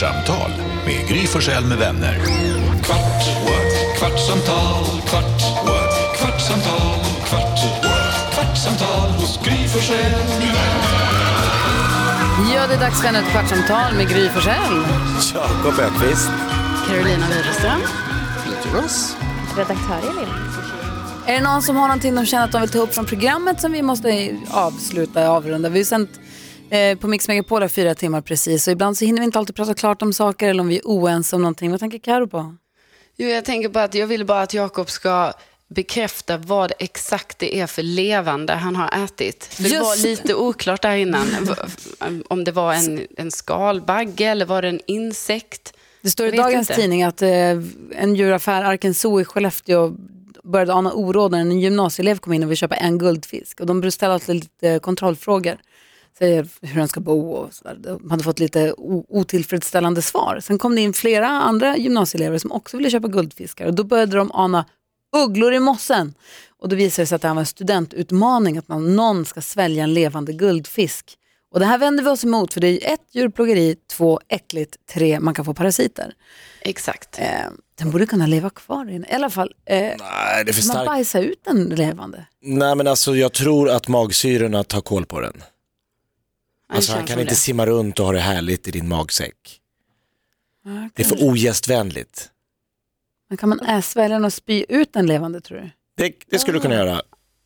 Kvartsamtal med Gry Forssell med vänner. Kvart, what? Kvartsamtal, kvart, what? Kvartsamtal, kvart, what? Kvartsamtal hos Gry Forssell med vänner. Ja, det är dags för ett kvartsamtal med Gry Forssell. Jakob Öqvist. Carolina Widerström. Jonas. Redaktör Elin. Är det någon som har någonting de känner att de vill ta upp från programmet som vi måste avrunda? Vi har sänt på Mix Megapol 4 timmar precis. Och ibland så hinner vi inte alltid prata klart om saker eller om vi är oense om någonting. Vad tänker Karo på? Jo, jag tänker på att jag vill bara att Jakob ska bekräfta vad exakt det är för levande han har ätit. För det var lite oklart där innan. Om det var en skalbagge eller var det en insekt. Det står i dagens tidning att en djuraffär, Arken Zoo i Skellefteå, började ana oro när en gymnasieelev kom in och ville köpa en guldfisk. Och de började ställa lite kontrollfrågor. Säger hur han ska bo och sådär. De hade fått lite otillfredsställande svar. Sen kom det in flera andra gymnasieelever som också ville köpa guldfiskar. Och då började de ana ugglor i mossen. Och då visade det sig att det här var en studentutmaning. Att någon ska svälja en levande guldfisk. Och det här vänder vi oss emot. För det är 1, djurplågeri, 2, äckligt, 3, man kan få parasiter. Exakt. Den borde kunna leva kvar i alla fall. Nej, det är för starkt. Man bajsar ut den levande. Nej, men alltså jag tror att magsyrorna tar koll på den. Alltså han kan inte simma runt och ha det härligt i din magsäck. Ja, det är för ogästvänligt. Men kan man svälja den och spy ut den levande, tror du? Det skulle du kunna göra.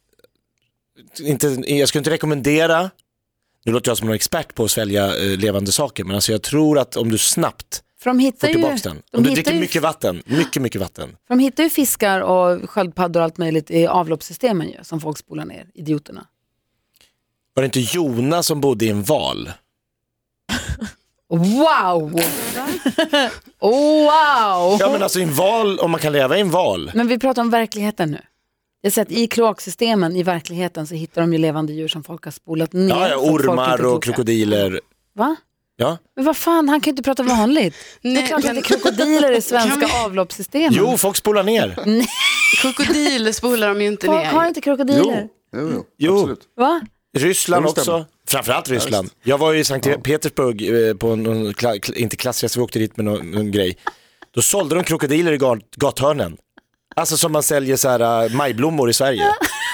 Jag skulle inte rekommendera, nu låter jag som någon expert på att svälja levande saker, men alltså jag tror att om du snabbt får tillbaka den. Om du dricker mycket vatten, mycket vatten. För de hittar ju fiskar och sköldpaddor och allt möjligt i avloppssystemen ju, som folk spolar ner, idioterna. Var det inte Jonas som bodde i en val? Wow! Wow! Ja, men alltså i en val, om man kan leva i en val. Men vi pratar om verkligheten nu. Jag har sett i kloaksystemen i verkligheten så hittar de ju levande djur som folk har spolat ner. Ja, ormar och krokodiler. Va? Ja. Men vad fan, han kan ju inte prata vanligt. Det är klart att det är krokodiler i svenska avloppssystemen. Jo, folk spolar ner. Nej. Krokodiler spolar de ju inte folk ner. Har inte krokodiler? Jo. Absolut. Va? Ryssland också. Framförallt Ryssland. Jag var ju i Sankt Petersburg på någon, inte klassresa, vi åkte dit med någon grej. Då sålde de krokodiler i gathörnen. Alltså som man säljer så här majblommor i Sverige.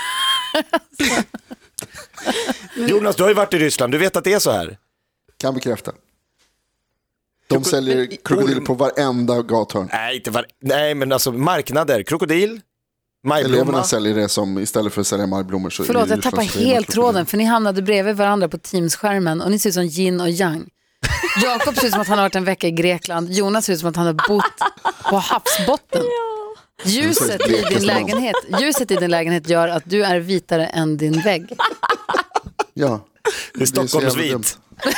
Jonas, du har ju varit i Ryssland. Du vet att det är så här. Kan bekräfta. De säljer krokodiler på varenda gathörn. Nej, men alltså marknader. Krokodil, majblomma. Eleverna säljer det som istället för att sälja majblommor. Så förlåt, jag tappar helt tråden. För ni hamnade bredvid varandra på Teams-skärmen. Och ni ser ut som yin och yang. Jakob ser ut som att han har varit en vecka i Grekland. Jonas ser ut som att han har bott på havsbotten. Ljuset i din lägenhet gör att du är vitare än din vägg. Ja. Det är Stockholmsvit.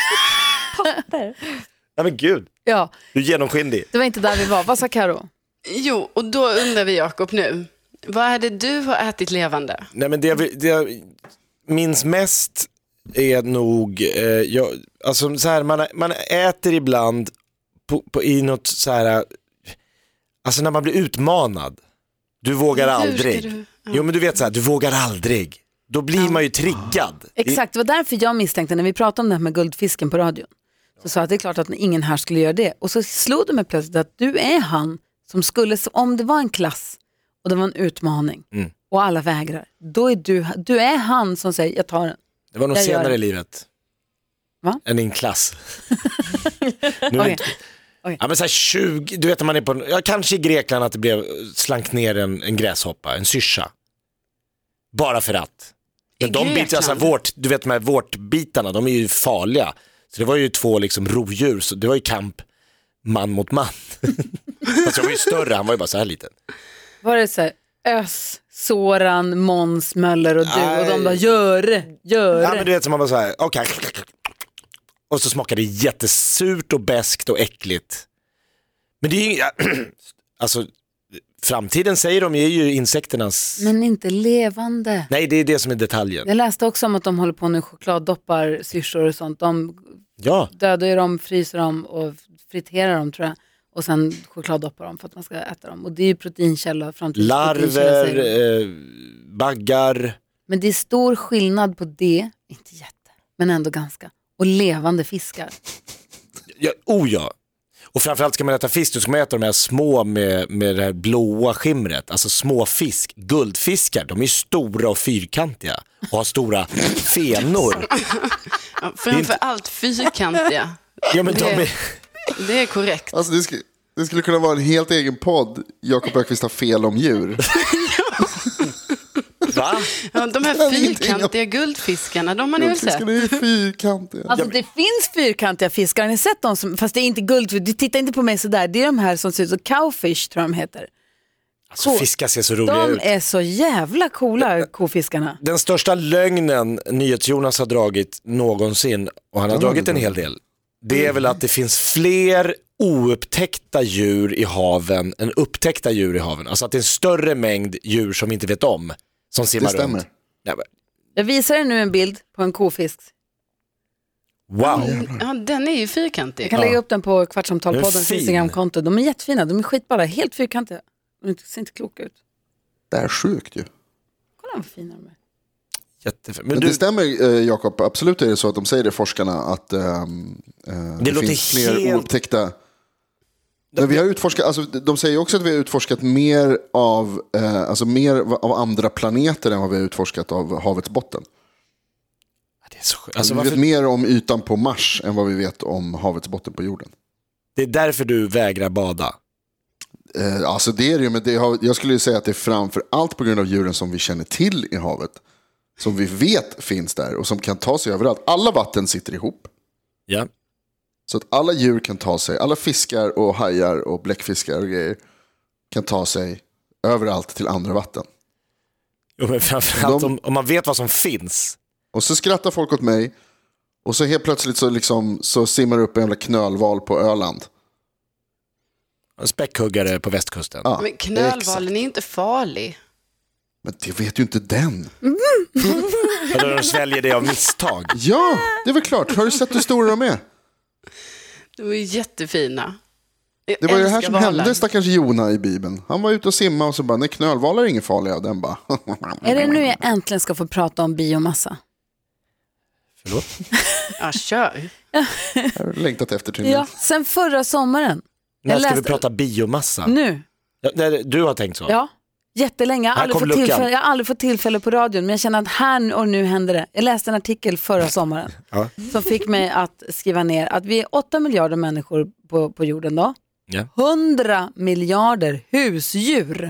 Nej men gud. Ja. Du är genomskinlig. Det var inte där vi var. Vad sa Karo? Jo, och då undrar vi Jakob nu. Vad är det du har ätit levande? Nej, men det jag minns mest är nog alltså så här, man äter ibland i något så här, alltså när man blir utmanad. Du vågar aldrig. Jo, men du vet så här, du vågar aldrig. Då blir man ju triggad. Exakt, det var därför jag misstänkte när vi pratade om det här med guldfisken på radion. Så sa att det är klart att ingen här skulle göra det. Och så slog det mig plötsligt att du är han som skulle, om det var en klass och det var en utmaning och alla vägrar, då är du är han som säger, jag tar den. Det var nog senare i livet. Va? Än i en klass. Okay. Ja, men så här 20, du vet när man är på, kanske i Grekland att det blev slank ner en gräshoppa, en syrsa. Bara för att. Men de bitar, alltså du vet de här vårtbitarna, de är ju farliga. Så det var ju 2 liksom rovdjur, så det var ju kamp man mot man. Fast jag var ju större, han var ju bara så här liten. Var det så här, Soran, Måns, Möller och du och de bara gör. Ja, men du vet som man var så här, okej. Och så smakade det jättesurt och beskt och äckligt. Men det är ju, alltså framtiden säger de är ju insekternas. Men inte levande. Nej, det är det som är detaljen. Jag läste också om att de håller på nu chokladdoppar syrsor och sånt. De dödar ju dem, fryser dem och friterar dem tror jag. Och sen chokladdoppar dem för att man ska äta dem. Och det är ju proteinkälla. Larver, baggar. Men det är stor skillnad på det, inte jätte, men ändå ganska. Och levande fiskar. Ja. Och framförallt ska man äta fisk, då ska man äta de här små med det här blåa skimret. Alltså små fisk, guldfiskar, de är stora och fyrkantiga och har stora fenor. Ja, framför allt fyrkantiga. Ja, men det är korrekt. Alltså det skulle kunna vara en helt egen podd. Jakob Öqvist har fel om djur. Va? Ja, de här fyrkantiga guldfiskarna, de har ni väl sett? Guldfiskarna är fyrkantiga. Alltså det finns fyrkantiga fiskar, har ni sett dem som, fast det är inte guldfisk, du tittar inte på mig sådär, det är de här som ser ut som cowfish tror jag de heter. Alltså fiskar ser så roliga ut. De är så jävla coola, kofiskarna. Den största lögnen NyhetsJonas har dragit någonsin, och han har dragit en hel del, det är väl att det finns fler oupptäckta djur i haven än upptäckta djur i haven. Alltså att det är en större mängd djur som vi inte vet om som simmar Det stämmer. runt. Ja, men... Jag visar er nu en bild på en kofisk. Wow. Ja, den är ju fyrkantig. Jag kan lägga upp den på Kvartsamtalpoddens Fin. Instagramkonto. De är jättefina, de är skitballa, helt fyrkantiga. De ser inte kloka ut. Det är sjukt ju. Kolla vad fina de är. Jättefint. Men Men det stämmer, Jakob, absolut är det så att de säger det, forskarna, att det låter finns fler helt... oupptäckta. Men vi har utforskat, alltså, de säger också att vi har utforskat mer av andra planeter än vad vi har utforskat av havets botten. Det är så sjukt. Alltså, Vi varför... vet mer om ytan på Mars än vad vi vet om havets botten på jorden. Det är därför du vägrar bada. Alltså det är det ju, men jag skulle ju säga att det är framför allt på grund av djuren som vi känner till i havet. Som vi vet finns där och som kan ta sig överallt. Alla vatten sitter ihop. Ja. Så att alla djur kan ta sig, alla fiskar och hajar och bläckfiskar och grejer kan ta sig överallt till andra vatten. Jo, men framförallt om man vet vad som finns. Och så skrattar folk åt mig och så helt plötsligt så simmar det upp en jävla knölval på Öland. En späckhuggare på västkusten. Ja, Men knölvalen är inte farlig. men det vet ju inte den. Eller de sväljer det av misstag. Ja, det är väl klart. Har du sett hur stora de är? De är jättefina. Det var ju det här som hände stackars Jona i Bibeln. Han var ute och simma och så bara, nej, knölvalar är inget farliga. Den bara... Är det nu jag äntligen ska få prata om biomassa? Förlåt? Ja, kör. Jag har längtat efter till Ja, sen förra sommaren. När ska läste- vi prata biomassa? Nu, Ja, du har tänkt så? ja. Jättelänge. Jag har, Här kom jag har aldrig fått tillfälle på radion, men jag känner att här och nu händer det. Jag läste en artikel förra sommaren Ja. som fick mig att skriva ner att vi är 8 miljarder människor på jorden då. Ja. 100 miljarder husdjur.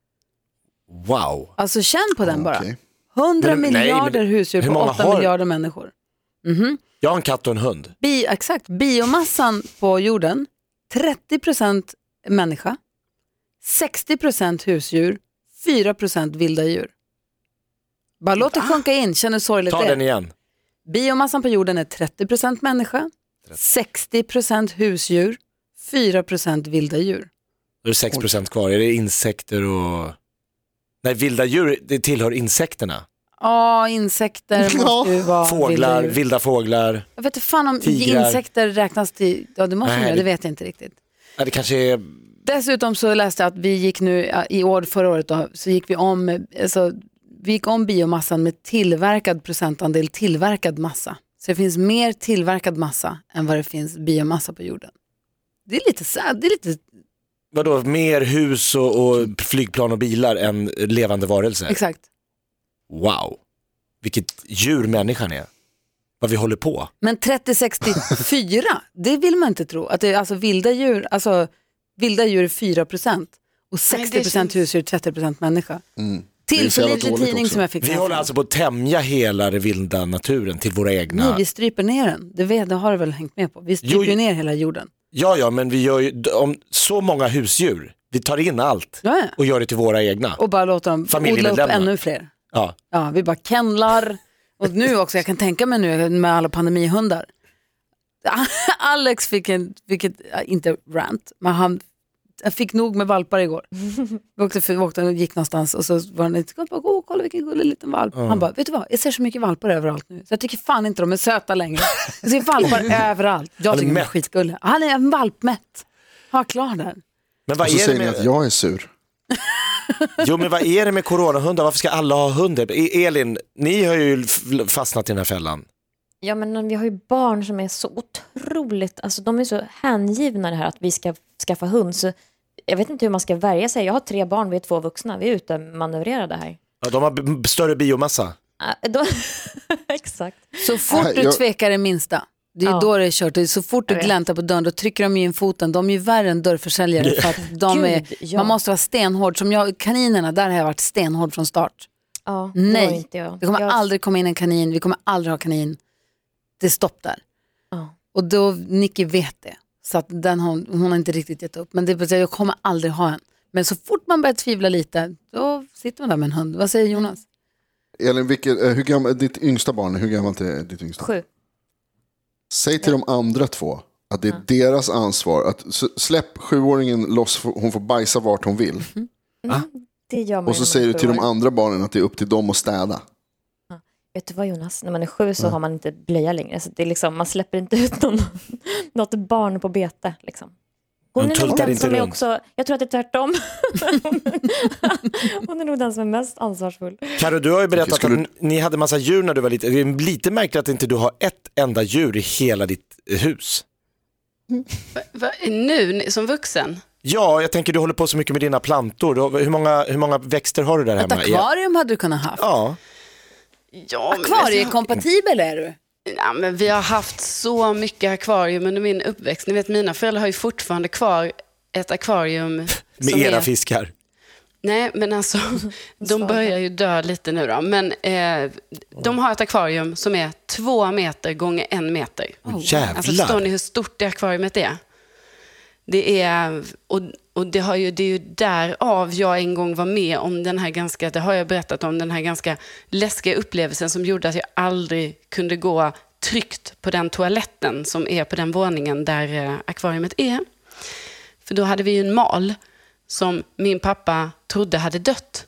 Wow. Alltså känn på den bara. Okej. 100 Men- nej, miljarder men husdjur hur på många 8 har- miljarder människor. Jag har en katt och en hund. Exakt, biomassan på jorden, 30% människa, 60% husdjur, 4% vilda djur. Bara låt det sjunka in, känner hur sorgligt Ta det den är. igen. Biomassan på jorden är 30% människa, 60% husdjur, 4% vilda djur. Då är det 6% kvar. Är det insekter och... Nej, vilda djur, det tillhör insekterna. Ja, insekter måste ju vara Fåglar, vilda djur. vilda fåglar. Jag vet inte fan om tigrar. insekter räknas till, ja det måste Nej, de göra, det- det vet jag inte riktigt. Ja, det kanske är... Dessutom så läste jag att vi gick nu i år, förra året då, så gick vi om, alltså, vi gick om biomassan med tillverkad procentandel tillverkad massa. Så det finns mer tillverkad massa än vad det finns biomassa på jorden. Det är lite sad, det är lite, Vadå, mer hus och flygplan och bilar än levande varelser? exakt. Wow. Vilket djur människan är. Vad vi håller på. Men 30-64, det vill man inte tro. Att det är alltså vilda djur är 4% och 60% husdjur, 30% människa. Det är så jävla Tillförlitlig dåligt tidning också. som jag fick Vi framför. håller alltså på att tämja hela den vilda naturen till våra egna... Nej, vi stryper ner den. Det har du väl hängt med på. Vi stryper ju ner hela jorden. Ja, men vi gör ju om så många husdjur. Vi tar in allt Ja, ja. och gör det till våra egna. Och bara låter dem odla upp Familjemedlemmar. ännu fler. Ja. Ja, vi bara kennlar. Och nu också, jag kan tänka mig nu med alla pandemihundar. Alex fick inte rant, men han fick nog med valpar igår. Vi åkte och gick någonstans och så var han lite, kolla vilken gullig liten valp. Han bara, vet du vad, jag ser så mycket valpar överallt nu. Så jag tycker fan inte de är söta längre. Jag ser valpar överallt. Jag tycker de är mätt. skitgulliga. Han är en valpmätt. Ha klar där. Men vad Och så är det säger ni med... att jag är sur. Jo, men vad är det med coronahundar? Varför ska alla ha hundar? Elin, ni har ju fastnat i den här fällan. Ja, men vi har ju barn som är så otroligt, alltså de är så hängivna det här att vi ska skaffa hund, så jag vet inte hur man ska värja sig. Jag har 3 barn, vi är 2 vuxna, vi är ute manövrerade här. Ja, de har större biomassa. Exakt. Så fort du tvekar det minsta, det är då det är kört. Så fort du gläntar på dörren, då trycker de in foten. De är ju värre än dörrförsäljare för att man måste vara stenhård. Som kaninerna, där har jag varit stenhård från start. Ja, nej, inte jag. Det kommer aldrig komma in en kanin. Vi kommer aldrig ha kanin. Det är stopp där. Och då, Nicky vet det. Så att hon har inte riktigt gett upp. Men det betyder jag kommer aldrig ha en. Men så fort man börjar tvivla lite, då sitter man där med en hund. Vad säger Jonas? Elin, hur gammal, ditt yngsta barn, hur gammalt är ditt yngsta? 7. Säg till de andra 2 att det är deras ansvar. Att släpp 7-åringen loss, hon får bajsa vart hon vill. Det gör man. Och så säger du till de andra barnen att det är upp till dem att städa. Vet du vad, Jonas? När man är 7 så har man inte blöja längre. Så det är liksom, man släpper inte ut något barn på bete. Liksom. Hon är nog den som är också, jag tror att det är tvärtom. Hon är nog den som är mest ansvarsfull. Karo, du har ju berättat att ni hade massa djur när du var liten. Det är lite märkligt att inte du har ett enda djur i hela ditt hus. Nu som vuxen? Ja, jag tänker du håller på så mycket med dina plantor. Hur många växter har du där hemma? Ett akvarium hade du kunnat haft. Ja, akvariekompatibel är du. Ja, men vi har haft så mycket akvarium under min uppväxt. Ni vet, mina föräldrar har ju fortfarande kvar ett akvarium. Med era fiskar? Nej, men alltså, de börjar ju dö lite nu då. Men de har ett akvarium som är 2 meter gånger 1 meter. Jävlar! Alltså, förstår ni hur stort det akvariumet är? Det är, och det är ju därav jag en gång var med om den här det har jag berättat om, den här ganska läskiga upplevelsen som gjorde att jag aldrig kunde gå tryggt på den toaletten som är på den våningen där akvariumet är. För då hade vi ju en mal som min pappa trodde hade dött.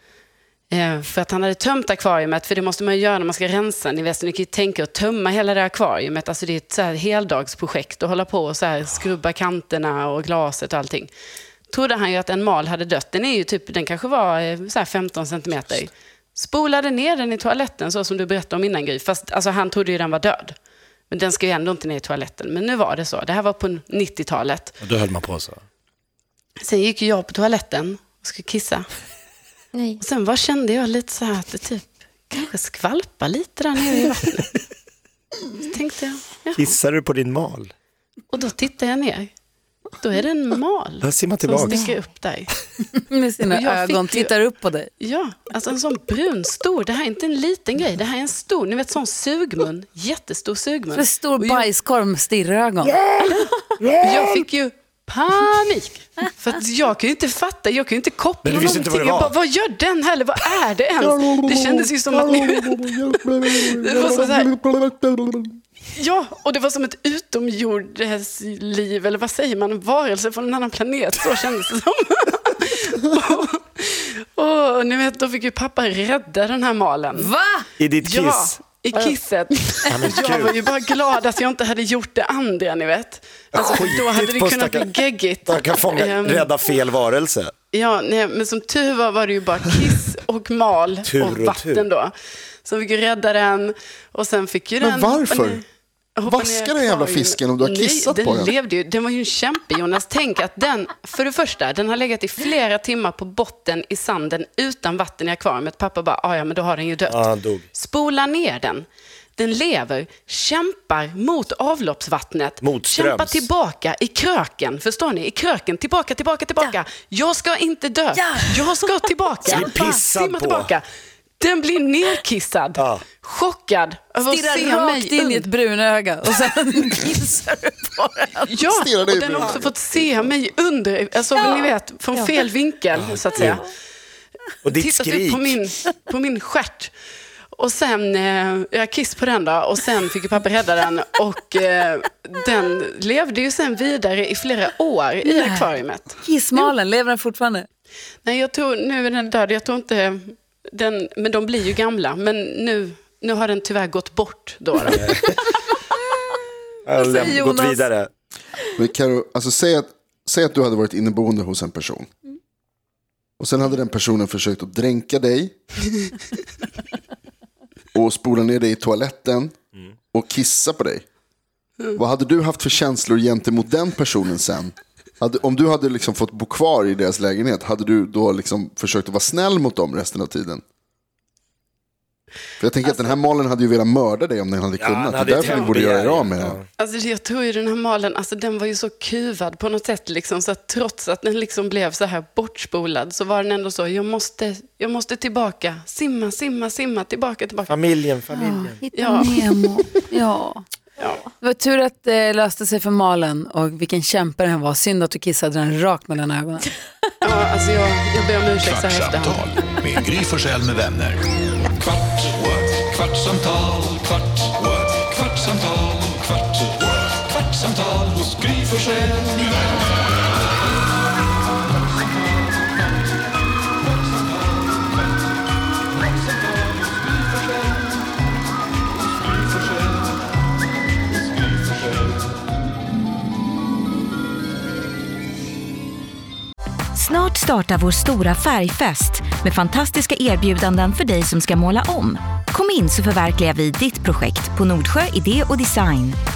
För att han hade tömt akvariumet, för det måste man göra när man ska rensa. Ni vet, så ni kan ju tänka att tömma hela det akvariumet. Alltså det är ett så här heldagsprojekt att hålla på och så här skrubba kanterna och glaset och allting. Trodde han ju att en mal hade dött. Den är ju typ, den kanske var så här 15 centimeter. Spolade ner den i toaletten så som du berättade om innan, Gry. Fast alltså, han trodde ju den var död. Men den ska ju ändå inte ner i toaletten. Men nu var det så. Det här var på 90-talet. Och då höll man på så. Sen gick jag på toaletten och skulle kissa. Nej. Och sen kände jag lite så här att det typ kanske skvalpar lite där nere i vattnet. Så tänkte jag, jaha. Kissar du på din mal? Och då tittar jag ner. Då är det en mal som sticker upp där. Med sina ögon tittar upp på dig. Ja, alltså en sån brun stor. Det här är inte en liten grej. Det här är en stor, ni vet, sån sugmun. Jättestor sugmun. En stor bajskorv med stirrögon. Jag fick ju panik. För att jag kan ju inte fatta, jag kan ju inte koppla någonting. Inte vad det var. Jag bara, vad gör den här? Eller vad är det ens? Det kändes ju som att det var så här. Ja, och det var som ett utomjordesliv, eller vad säger man, en varelse från en annan planet, så kändes det som. och ni vet, då fick ju pappa rädda den här malen. Va? I ditt kiss? Ja, i kisset. Jag var ju bara glad att jag inte hade gjort det andra, ni vet. Alltså, då hade det kunnat bli geggigt. Jag kan rädda fel varelse. Ja, nej, men som tur var det ju bara kiss och mal och vatten då. Så vi fick rädda den och sen fick ju den... Men varför? Vaska den jävla fisken om du har kissat på den. Levde ju, den var ju en kämpe, Jonas. Tänk att den, för det första, den har legat i flera timmar på botten i sanden utan vatten i akvariet. Pappa bara, ja men då har den ju dött. Ja, dog. Spola ner den. Den lever, kämpar mot avloppsvattnet. Motströms. Kämpar tillbaka i kröken, förstår ni? I kröken, tillbaka. Ja. Jag ska inte dö. Ja. Jag ska tillbaka. Simma tillbaka. Den blir nerkissad. Ja. Chockad över att se rakt in i ett brunöga och sen kissar du på den. Ja, och den har också fått se mig under, alltså ni vet, från fel vinkel så att säga. Och ditt skrik. På min stjärt. Och sen, jag kiss på den då, och sen fick ju pappa rädda den och den levde ju sen vidare i flera år i akvariet. Kissmalen, lever den fortfarande? Nej, jag tror, nu är den död, jag tror inte den, men de blir ju gamla, men nu har den tyvärr gått bort då. Gått vidare. Men Karo, alltså säg att du hade varit inneboende hos en person. Och sen hade den personen försökt att dränka dig och spola ner dig i toaletten och kissa på dig. Vad hade du haft för känslor gentemot den personen sen? Om du hade liksom fått bo kvar i deras lägenhet, hade du då liksom försökt att vara snäll mot dem resten av tiden? För jag tänker att den här malen hade ju velat mörda dig om den hade kunnat. Det är därför vi borde göra det av med den. Alltså jag tror ju den här malen, alltså den var ju så kuvad på något sätt liksom, så att trots att den liksom blev så här bortspolad så var den ändå så, jag måste tillbaka, simma, tillbaka. Familjen. Hitta Nemo. Ja. Det var tur att det löste sig för Malen och vilken kämpe den var. Synd att du kissade den rakt mellan ögonen. Ja, alltså jag ber om ursäkt så här efterhand. Kvartsamtal med Gry Forssell med vänner. Kvartsamtal, kvartsamtal, kvartsamtal hos Gry Forssell med vänner. Snart startar vår stora färgfest med fantastiska erbjudanden för dig som ska måla om. Kom in så förverkligar vi ditt projekt på Nordsjö Idé och Design.